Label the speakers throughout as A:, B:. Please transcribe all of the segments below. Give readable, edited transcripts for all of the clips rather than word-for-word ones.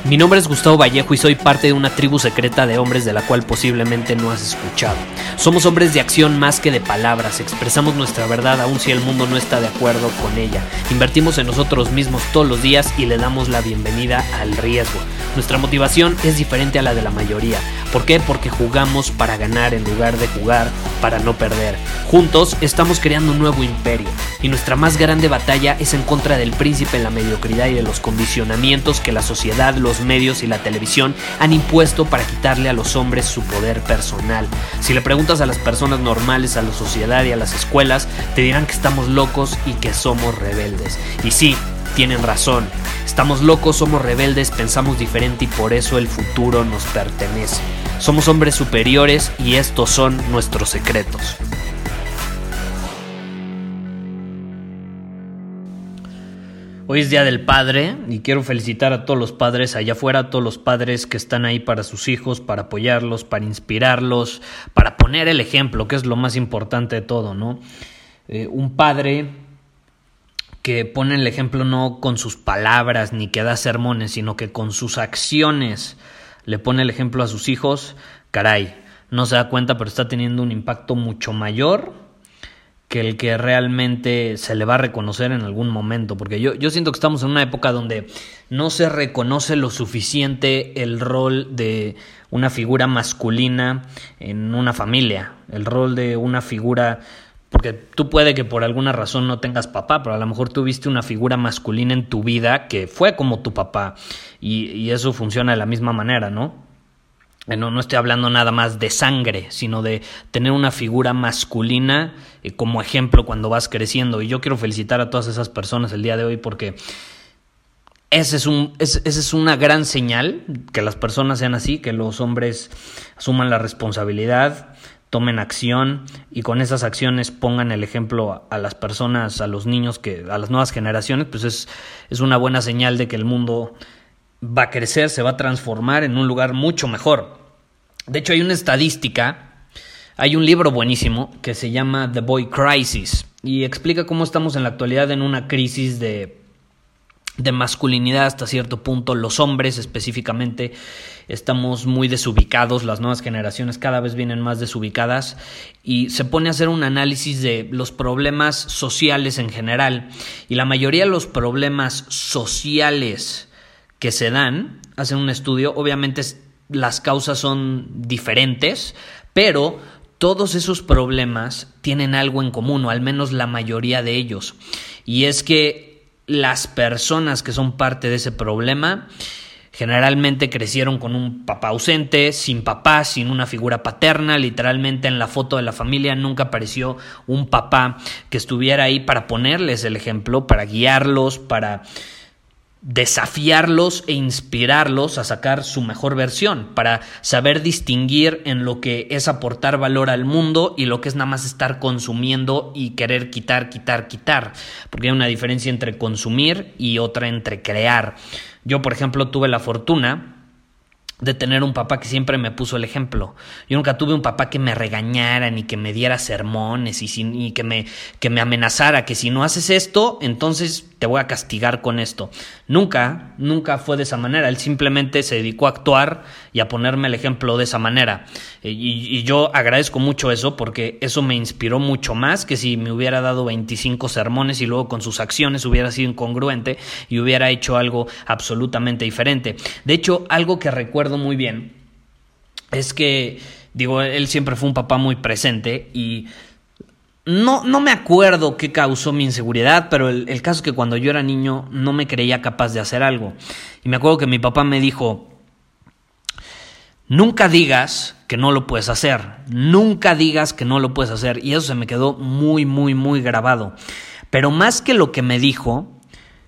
A: Mi nombre es Gustavo Vallejo y soy parte de una tribu secreta de hombres de la cual posiblemente no has escuchado. Somos hombres de acción más que de palabras, expresamos nuestra verdad aun si el mundo no está de acuerdo con ella. Invertimos en nosotros mismos todos los días y le damos la bienvenida al riesgo. Nuestra motivación es diferente a la de la mayoría. ¿Por qué? Porque jugamos para ganar en lugar de jugar para no perder. Juntos estamos creando un nuevo imperio y nuestra más grande batalla es en contra del príncipe, la mediocridad y de los condicionamientos que la sociedad, los medios y la televisión han impuesto para quitarle a los hombres su poder personal. Si le preguntas a las personas normales, a la sociedad y a las escuelas, te dirán que estamos locos y que somos rebeldes. Y sí, tienen razón. Estamos locos, somos rebeldes, pensamos diferente y por eso el futuro nos pertenece. Somos hombres superiores y estos son nuestros secretos. Hoy es Día del Padre y quiero felicitar a todos los padres allá afuera, a todos los padres que están ahí para sus hijos, para apoyarlos, para inspirarlos, para poner el ejemplo, que es lo más importante de todo, ¿no? Un padre que pone el ejemplo no con sus palabras ni que da sermones, sino que con sus acciones le pone el ejemplo a sus hijos, caray, no se da cuenta, pero está teniendo un impacto mucho mayor que el que realmente se le va a reconocer en algún momento, porque yo siento que estamos en una época donde no se reconoce lo suficiente el rol de una figura masculina en una familia, el rol de una figura, porque tú puede que por alguna razón no tengas papá, pero a lo mejor tuviste una figura masculina en tu vida que fue como tu papá, y eso funciona de la misma manera, ¿no? No estoy hablando nada más de sangre, sino de tener una figura masculina como ejemplo cuando vas creciendo. Y yo quiero felicitar a todas esas personas el día de hoy porque esa es una gran señal, que las personas sean así, que los hombres asuman la responsabilidad, tomen acción y con esas acciones pongan el ejemplo a las personas, a los niños, a las nuevas generaciones. Pues es una buena señal de que el mundo va a crecer, se va a transformar en un lugar mucho mejor. De hecho, hay una estadística, hay un libro buenísimo que se llama The Boy Crisis y explica cómo estamos en la actualidad en una crisis de masculinidad hasta cierto punto. Los hombres específicamente estamos muy desubicados, las nuevas generaciones cada vez vienen más desubicadas y se pone a hacer un análisis de los problemas sociales en general y la mayoría de los problemas sociales que se dan, hacen un estudio, obviamente las causas son diferentes, pero todos esos problemas tienen algo en común, o al menos la mayoría de ellos, y es que las personas que son parte de ese problema generalmente crecieron con un papá ausente, sin papá, sin una figura paterna. Literalmente en la foto de la familia nunca apareció un papá que estuviera ahí para ponerles el ejemplo, para guiarlos, para desafiarlos e inspirarlos a sacar su mejor versión, para saber distinguir en lo que es aportar valor al mundo y lo que es nada más estar consumiendo y querer quitar, porque hay una diferencia entre consumir y otra entre crear. Yo, por ejemplo, tuve la fortuna de tener un papá que siempre me puso el ejemplo. Yo nunca tuve un papá que me regañara ni que me diera sermones y que me amenazara que si no haces esto, entonces te voy a castigar con esto. Nunca fue de esa manera. Él simplemente se dedicó a actuar y a ponerme el ejemplo de esa manera. Y yo agradezco mucho eso porque eso me inspiró mucho más que si me hubiera dado 25 sermones y luego con sus acciones hubiera sido incongruente y hubiera hecho algo absolutamente diferente. De hecho, algo que recuerdo muy bien es que, él siempre fue un papá muy presente y no me acuerdo qué causó mi inseguridad, pero el caso es que cuando yo era niño no me creía capaz de hacer algo. Y me acuerdo que mi papá me dijo: nunca digas que no lo puedes hacer, nunca digas que no lo puedes hacer. Y eso se me quedó muy, muy, muy grabado. Pero más que lo que me dijo,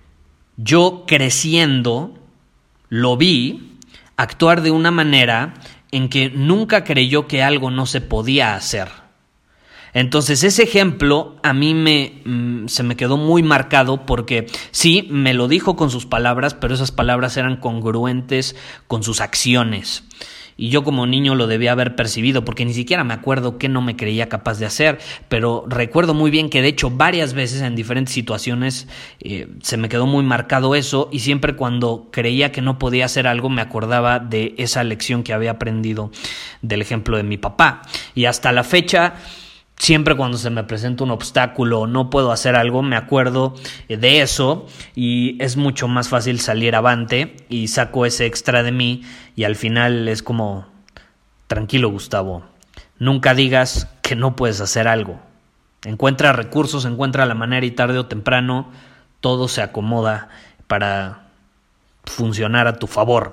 A: yo creciendo lo vi actuar de una manera en que nunca creyó que algo no se podía hacer. Entonces ese ejemplo a mí se me quedó muy marcado porque sí, me lo dijo con sus palabras, pero esas palabras eran congruentes con sus acciones. y yo como niño lo debía haber percibido, porque ni siquiera me acuerdo qué no me creía capaz de hacer, pero recuerdo muy bien que de hecho varias veces en diferentes situaciones se me quedó muy marcado eso, y siempre cuando creía que no podía hacer algo me acordaba de esa lección que había aprendido del ejemplo de mi papá. Y hasta la fecha, siempre cuando se me presenta un obstáculo o no puedo hacer algo, me acuerdo de eso y es mucho más fácil salir avante y saco ese extra de mí, y al final es como: tranquilo, Gustavo, nunca digas que no puedes hacer algo. Encuentra recursos, encuentra la manera, y tarde o temprano todo se acomoda para funcionar a tu favor.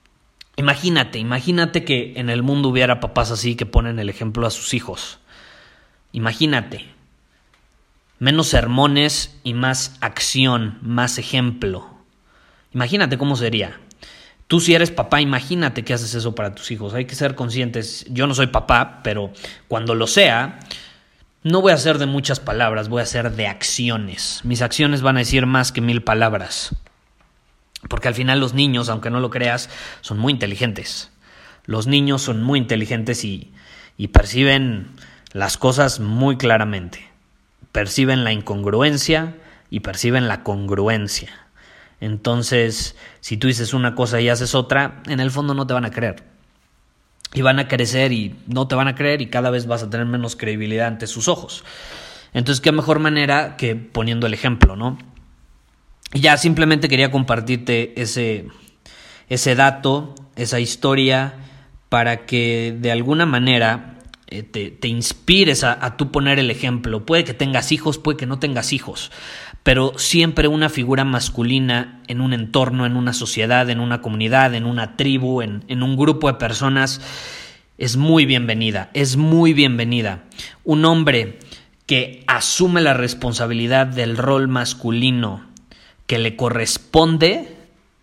A: Imagínate que en el mundo hubiera papás así que ponen el ejemplo a sus hijos. Imagínate, menos sermones y más acción, más ejemplo. Imagínate cómo sería. Tú, si eres papá, imagínate que haces eso para tus hijos. Hay que ser conscientes. Yo no soy papá, pero cuando lo sea, no voy a hacer de muchas palabras, voy a hacer de acciones. Mis acciones van a decir más que 1000 palabras. Porque al final los niños, aunque no lo creas, son muy inteligentes. Los niños son muy inteligentes y perciben las cosas muy claramente. Perciben la incongruencia y perciben la congruencia. Entonces, si tú dices una cosa y haces otra, en el fondo no te van a creer. Y van a crecer y no te van a creer, y cada vez vas a tener menos credibilidad ante sus ojos. Entonces, qué mejor manera que poniendo el ejemplo, ¿no? Y ya simplemente quería compartirte ese dato, esa historia, para que de alguna manera te inspires a tú poner el ejemplo. Puede que tengas hijos, puede que no tengas hijos, pero siempre una figura masculina en un entorno, en una sociedad, en una comunidad, en una tribu, en un grupo de personas, es muy bienvenida, es muy bienvenida. Un hombre que asume la responsabilidad del rol masculino que le corresponde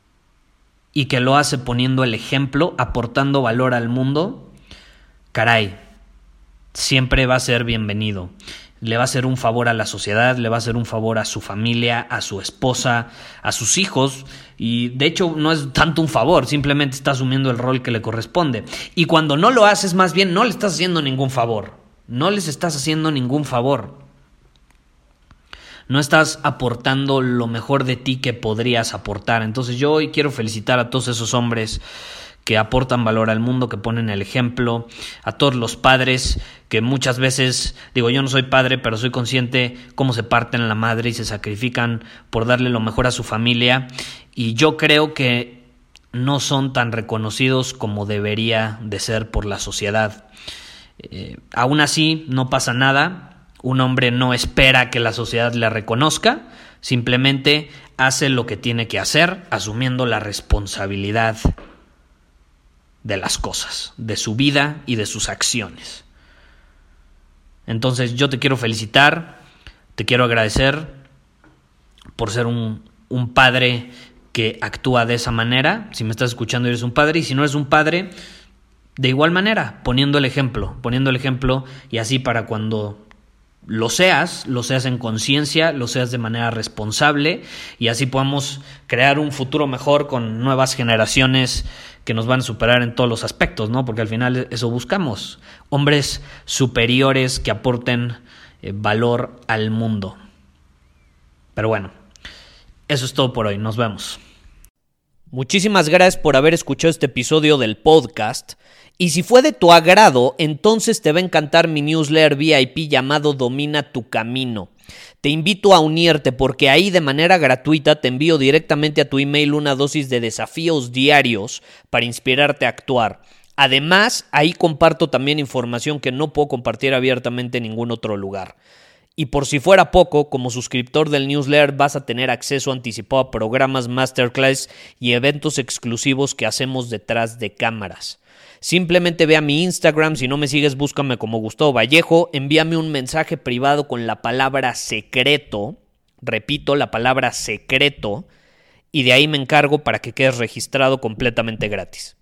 A: y que lo hace poniendo el ejemplo, aportando valor al mundo, caray, siempre va a ser bienvenido. Le va a hacer un favor a la sociedad, le va a hacer un favor a su familia, a su esposa, a sus hijos, y de hecho no es tanto un favor, simplemente está asumiendo el rol que le corresponde. Y cuando no lo haces, más bien no le estás haciendo ningún favor, no les estás haciendo ningún favor. No estás aportando lo mejor de ti que podrías aportar. Entonces yo hoy quiero felicitar a todos esos hombres que aportan valor al mundo, que ponen el ejemplo, a todos los padres que muchas veces, yo no soy padre, pero soy consciente cómo se parten la madre y se sacrifican por darle lo mejor a su familia, y yo creo que no son tan reconocidos como debería de ser por la sociedad. Aún así, no pasa nada. Un hombre no espera que la sociedad le reconozca, simplemente hace lo que tiene que hacer, asumiendo la responsabilidad de las cosas, de su vida y de sus acciones. Entonces yo te quiero felicitar, te quiero agradecer por ser un padre que actúa de esa manera. Si me estás escuchando y eres un padre, y si no eres un padre, de igual manera, poniendo el ejemplo, y así para cuando lo seas en conciencia, lo seas de manera responsable, y así podamos crear un futuro mejor con nuevas generaciones que nos van a superar en todos los aspectos, ¿no? Porque al final eso buscamos, hombres superiores que aporten valor al mundo. Pero bueno, eso es todo por hoy, nos vemos. Muchísimas gracias por haber escuchado este episodio del podcast. Y si fue de tu agrado, entonces te va a encantar mi newsletter VIP llamado Domina tu Camino. Te invito a unirte porque ahí de manera gratuita te envío directamente a tu email una dosis de desafíos diarios para inspirarte a actuar. Además, ahí comparto también información que no puedo compartir abiertamente en ningún otro lugar. Y por si fuera poco, como suscriptor del newsletter vas a tener acceso anticipado a programas, masterclass y eventos exclusivos que hacemos detrás de cámaras. Simplemente ve a mi Instagram, si no me sigues búscame como Gustavo Vallejo, envíame un mensaje privado con la palabra secreto, repito, la palabra secreto, y de ahí me encargo para que quedes registrado completamente gratis.